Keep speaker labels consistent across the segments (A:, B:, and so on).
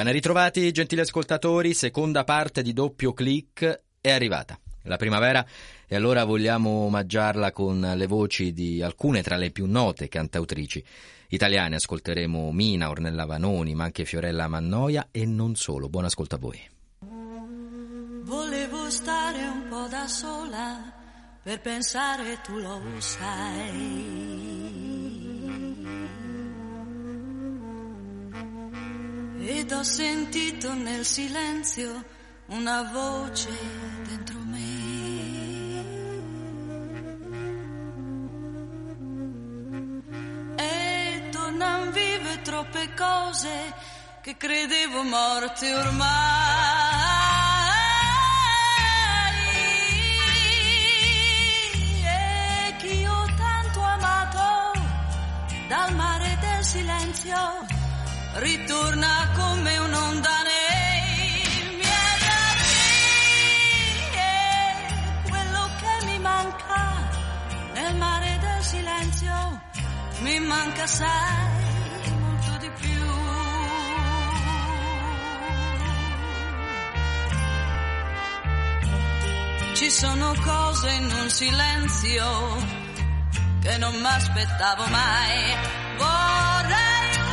A: Ben ritrovati, gentili ascoltatori, seconda parte di Doppio Clic è arrivata. La primavera, e allora vogliamo omaggiarla con le voci di alcune tra le più note cantautrici italiane. Ascolteremo Mina, Ornella Vanoni, ma anche Fiorella Mannoia e non solo. Buon ascolto a voi.
B: Volevo stare un po' da sola per pensare, tu lo sai. Ed ho sentito nel silenzio una voce dentro me. E tornan vive troppe cose che credevo morte ormai. E chi ho tanto amato dal mare del silenzio ritorna come un'onda nei miei occhi. E quello che mi manca nel mare del silenzio mi manca, sai, molto di più. Ci sono cose in un silenzio che non mi aspettavo mai. Vorrei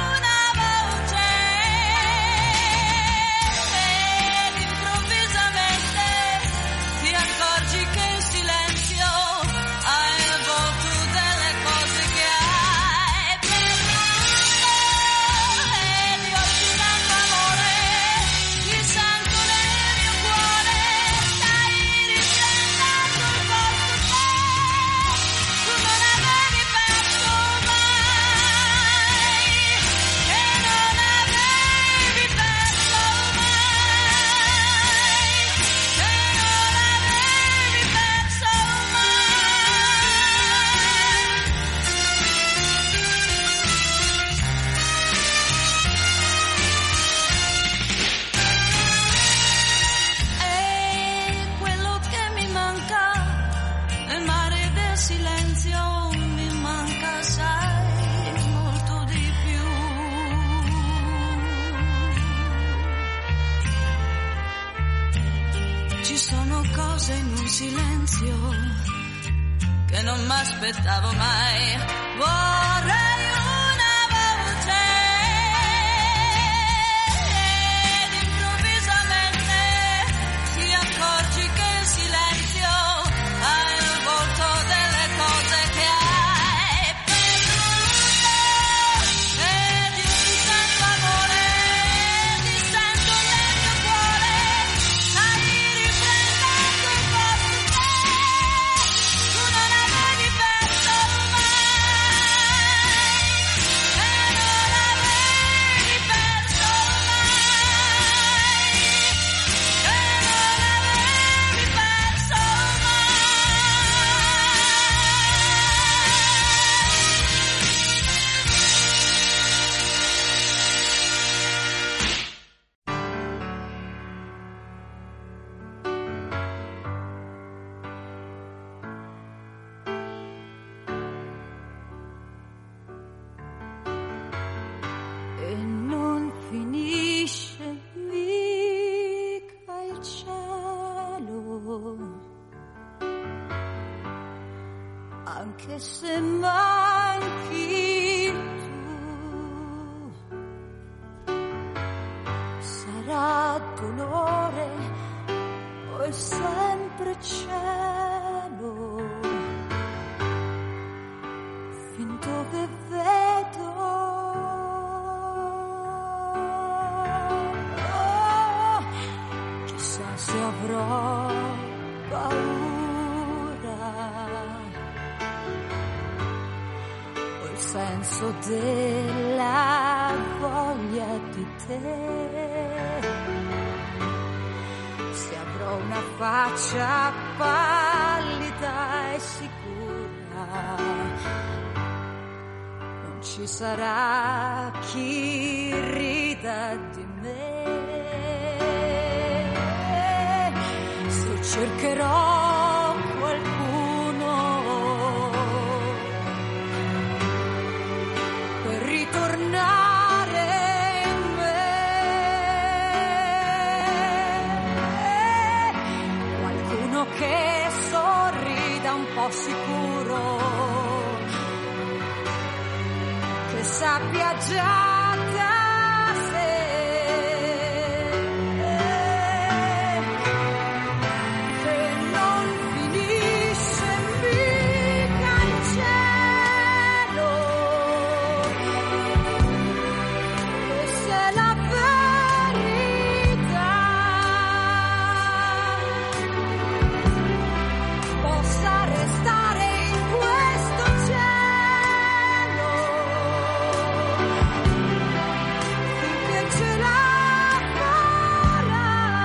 B: silenzio che non mi aspettavo mai. Vorrei una voce ed improvvisamente ti accorgi che il silenzio ha il volto delle cose che hai perduto. Ed io ti sento amore, ti sento nel mio cuore, stai riprendendo il posto. Anche se manchi tu, sarà dolore o è sempre cielo, fin dove vedo. Oh, chissà se avrò paura, senso della voglia di te, se avrò una faccia pallida e sicura, non ci sarà chi rida di me, se cercherò qualcuno per ritornare in me. e sorrida un po' sicuro, che sappia già da sé che non finisce mica in cielo, che se la verità possa restare in questo cielo finché ce la farà.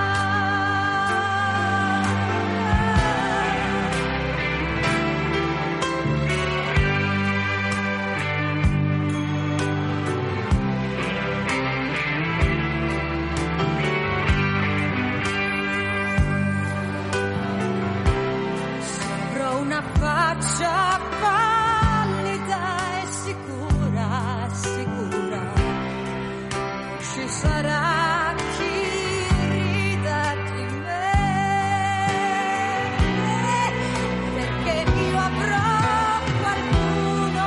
B: Sembra una faccia pallida e sicura, sicura. Ci sarà chi rida di me, perché io avrò qualcuno,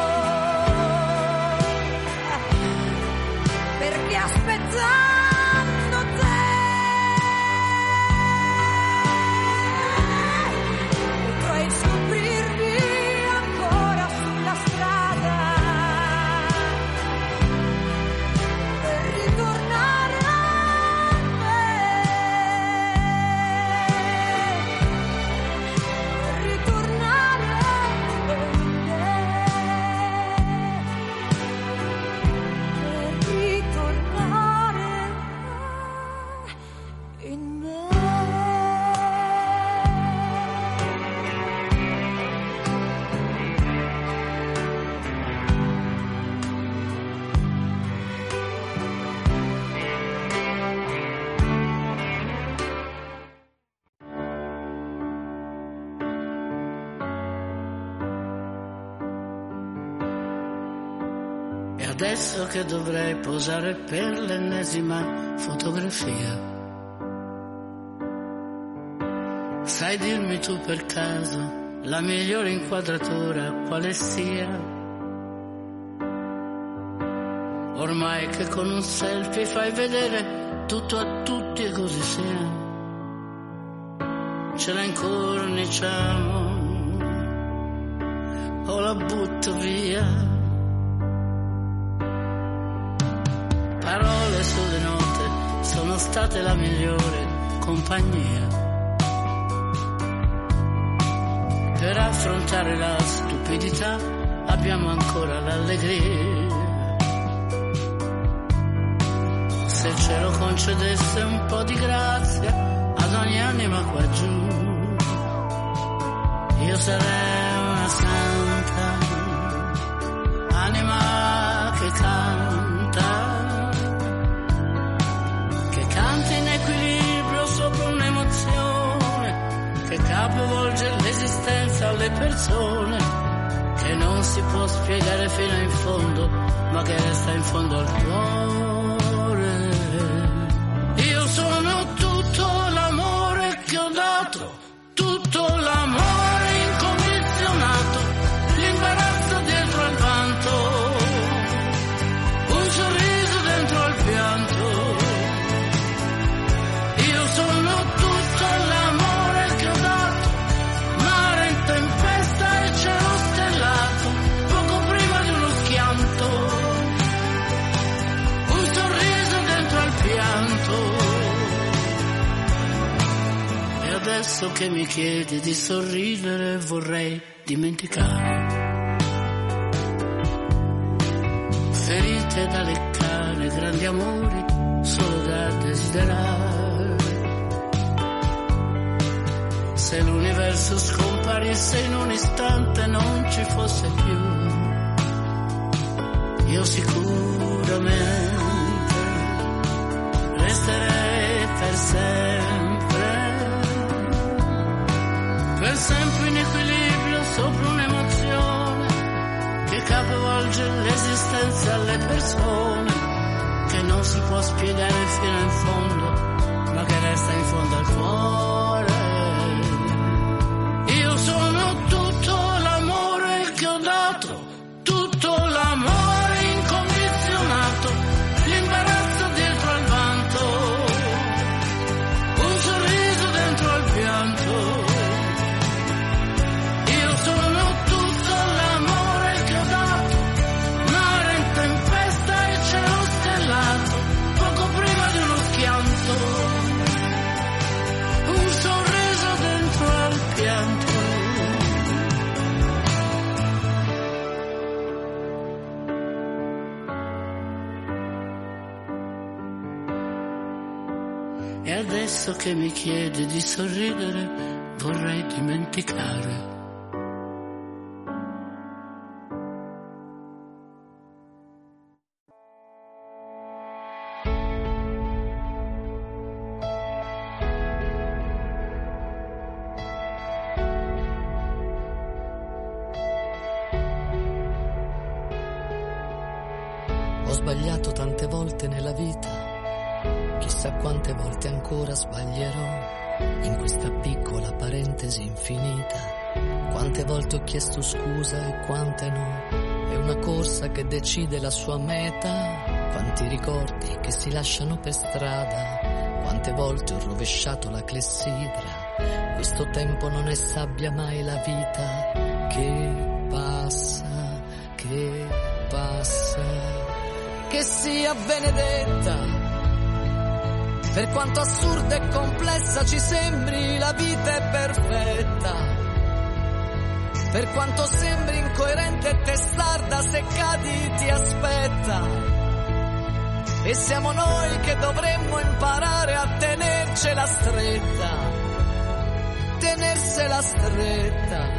B: perché aspettando te potrei scoprirmi ancora sulla strada per ritornare a me, per ritornare in me, per ritornare in me.
C: E adesso che dovrei posare per l'ennesima fotografia, sai dirmi tu per caso la migliore inquadratura quale sia? Ormai che con un selfie fai vedere tutto a tutti e così sia, ce la incorniciamo o la butto via. Parole sulle note sono state la migliore compagnia per affrontare la stupidità, abbiamo ancora l'allegria. Se il cielo concedesse un po' di grazia ad ogni anima qua giù, io sarei una santa anima che canta in equilibrio sopra un'emozione che capovolge l'esistenza alle persone, che non si può spiegare fino in fondo, ma che resta in fondo al cuore. Io sono tutto l'amore che ho dato, tutto l'amore incondizionato, l'imbarazzo dietro al vanto, un sorriso dentro al pianto. Io sono tutto l'amore che ho dato, mare in tempesta e cielo stellato, poco prima di uno schianto, un sorriso dentro al pianto. E adesso che mi chiedi di sorridere vorrei dimenticare ferite da leccare, grandi amori solo da desiderare. Se l'universo scomparisse in un istante, non ci fosse più, io sicuramente resterei per sempre in equilibrio sopra un'emozione che capovolge l'esistenza alle persone, che non si può spiegare fino in fondo, ma che resta in fondo al cuore. adesso che mi chiedi di sorridere vorrei dimenticare.
D: Ho sbagliato tante volte nella vita, chissà quante volte ancora sbaglierò in questa piccola parentesi infinita. Quante volte ho chiesto scusa e quante no, è una corsa che decide la sua meta. Quanti ricordi che si lasciano per strada, quante volte ho rovesciato la clessidra. Questo tempo non è sabbia mai la vita che passa, che passa. Che sia benedetta, per quanto assurda e complessa ci sembri, la vita è perfetta. Per quanto sembri incoerente e testarda, se cadi ti aspetta. E siamo noi che dovremmo imparare a tenercela stretta, tenersela stretta.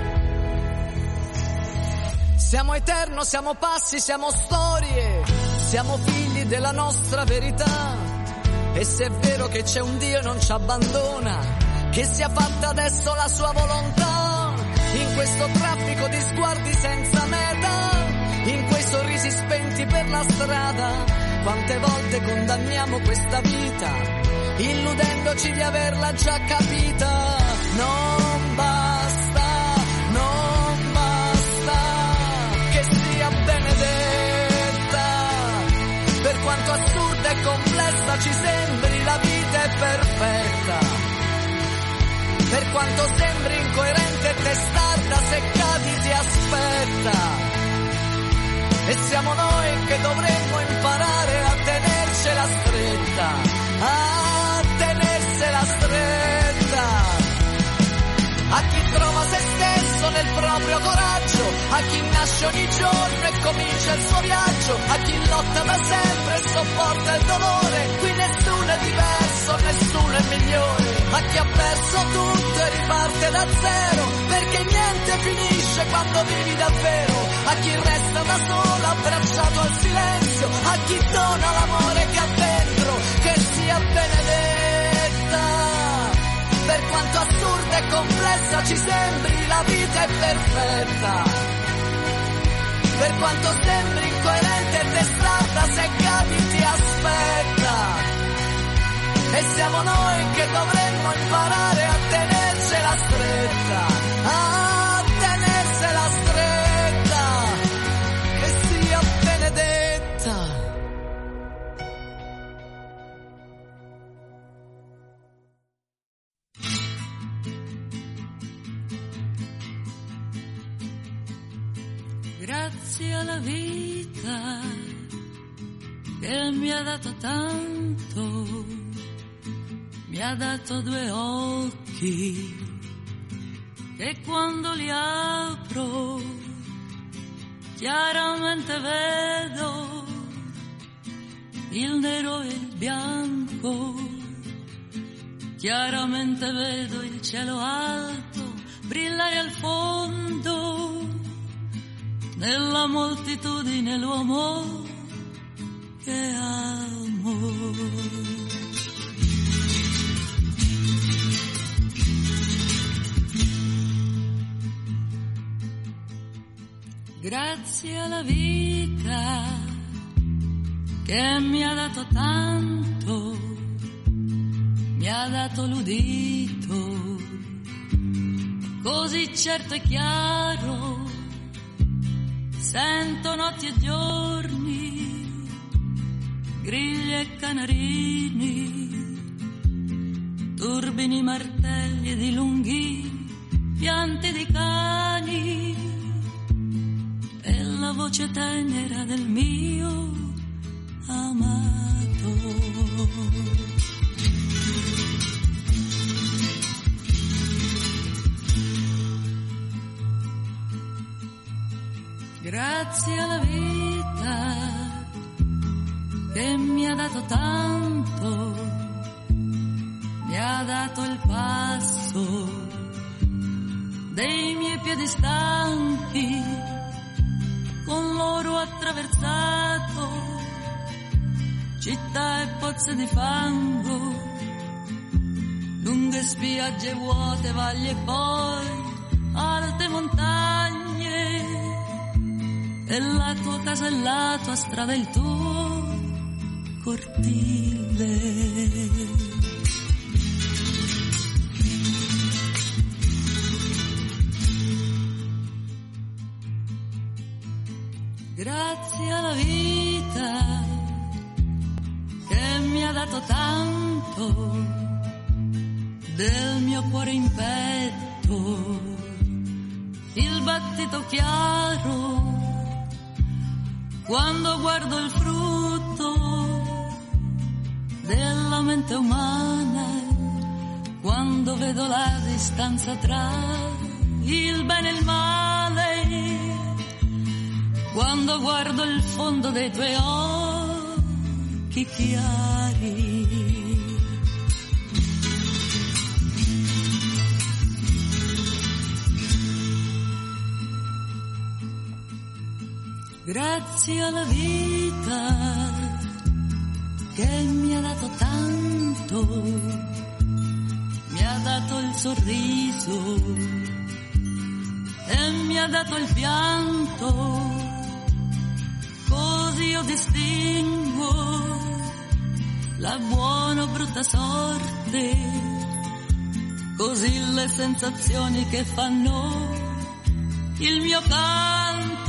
D: Siamo eterno, siamo passi, siamo storie, siamo figli della nostra verità. E se è vero che c'è un Dio e non ci abbandona, che sia fatta adesso la sua volontà. In questo traffico di sguardi senza meta, in quei sorrisi spenti per la strada, quante volte condanniamo questa vita, illudendoci di averla già capita. Non basta, non basta, che sia benedetta. Per quanto assurda e complessa ci sembri, la vita è perfetta. Per quanto sembri incoerente e testarda, se cadi ti aspetta. E siamo noi che dovremmo imparare a tenercela stretta, a tenersela stretta. A chi trova se stesso nel proprio coraggio, a chi nasce ogni giorno e comincia il suo viaggio, a chi lotta da sempre e sopporta il dolore. Qui nessuno è diverso, nessuno è migliore. A chi ha perso tutto e riparte da zero, perché niente finisce quando vivi davvero. A chi resta da solo abbracciato al silenzio, a chi dona l'amore che ha dentro, che sia benedetta. Per quanto assurda e complessa ci sembri, la vita è perfetta. Per quanto sembri incoerente e testarda, se cadi ti aspetta. E siamo noi che dovremmo imparare a tenercela stretta, a tenersela stretta, che sia benedetta.
B: Grazie alla vita che mi ha dato tanto, mi ha dato due occhi che quando li apro chiaramente vedo il nero e il bianco, chiaramente vedo il cielo alto brillare al fondo. Nella moltitudine l'uomo che amo. Grazie alla vita che mi ha dato tanto, mi ha dato l'udito, così certo e chiaro. Sento notti e giorni, grilli e canarini, turbini martelli di lunghi pianti di cani, e la voce tenera del mio amato. Grazie alla vita che mi ha dato tanto, mi ha dato il passo dei miei piedi stanchi, con loro attraversato città e pozze di fango, lunghe spiagge vuote, valli e poi alte montagne, e la tua casa e la tua strada, il tuo cortile. Grazie alla vita che mi ha dato tanto del mio cuore in petto, il battito chiaro quando guardo il frutto della mente umana, quando vedo la distanza tra il bene e il male, quando guardo il fondo dei tuoi occhi chiari. Grazie alla vita che mi ha dato tanto, mi ha dato il sorriso e mi ha dato il pianto, così io distingo la buona o brutta sorte, così le sensazioni che fanno il mio canto.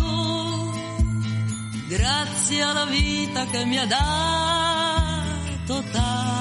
B: Grazie alla vita che mi ha dato tanto.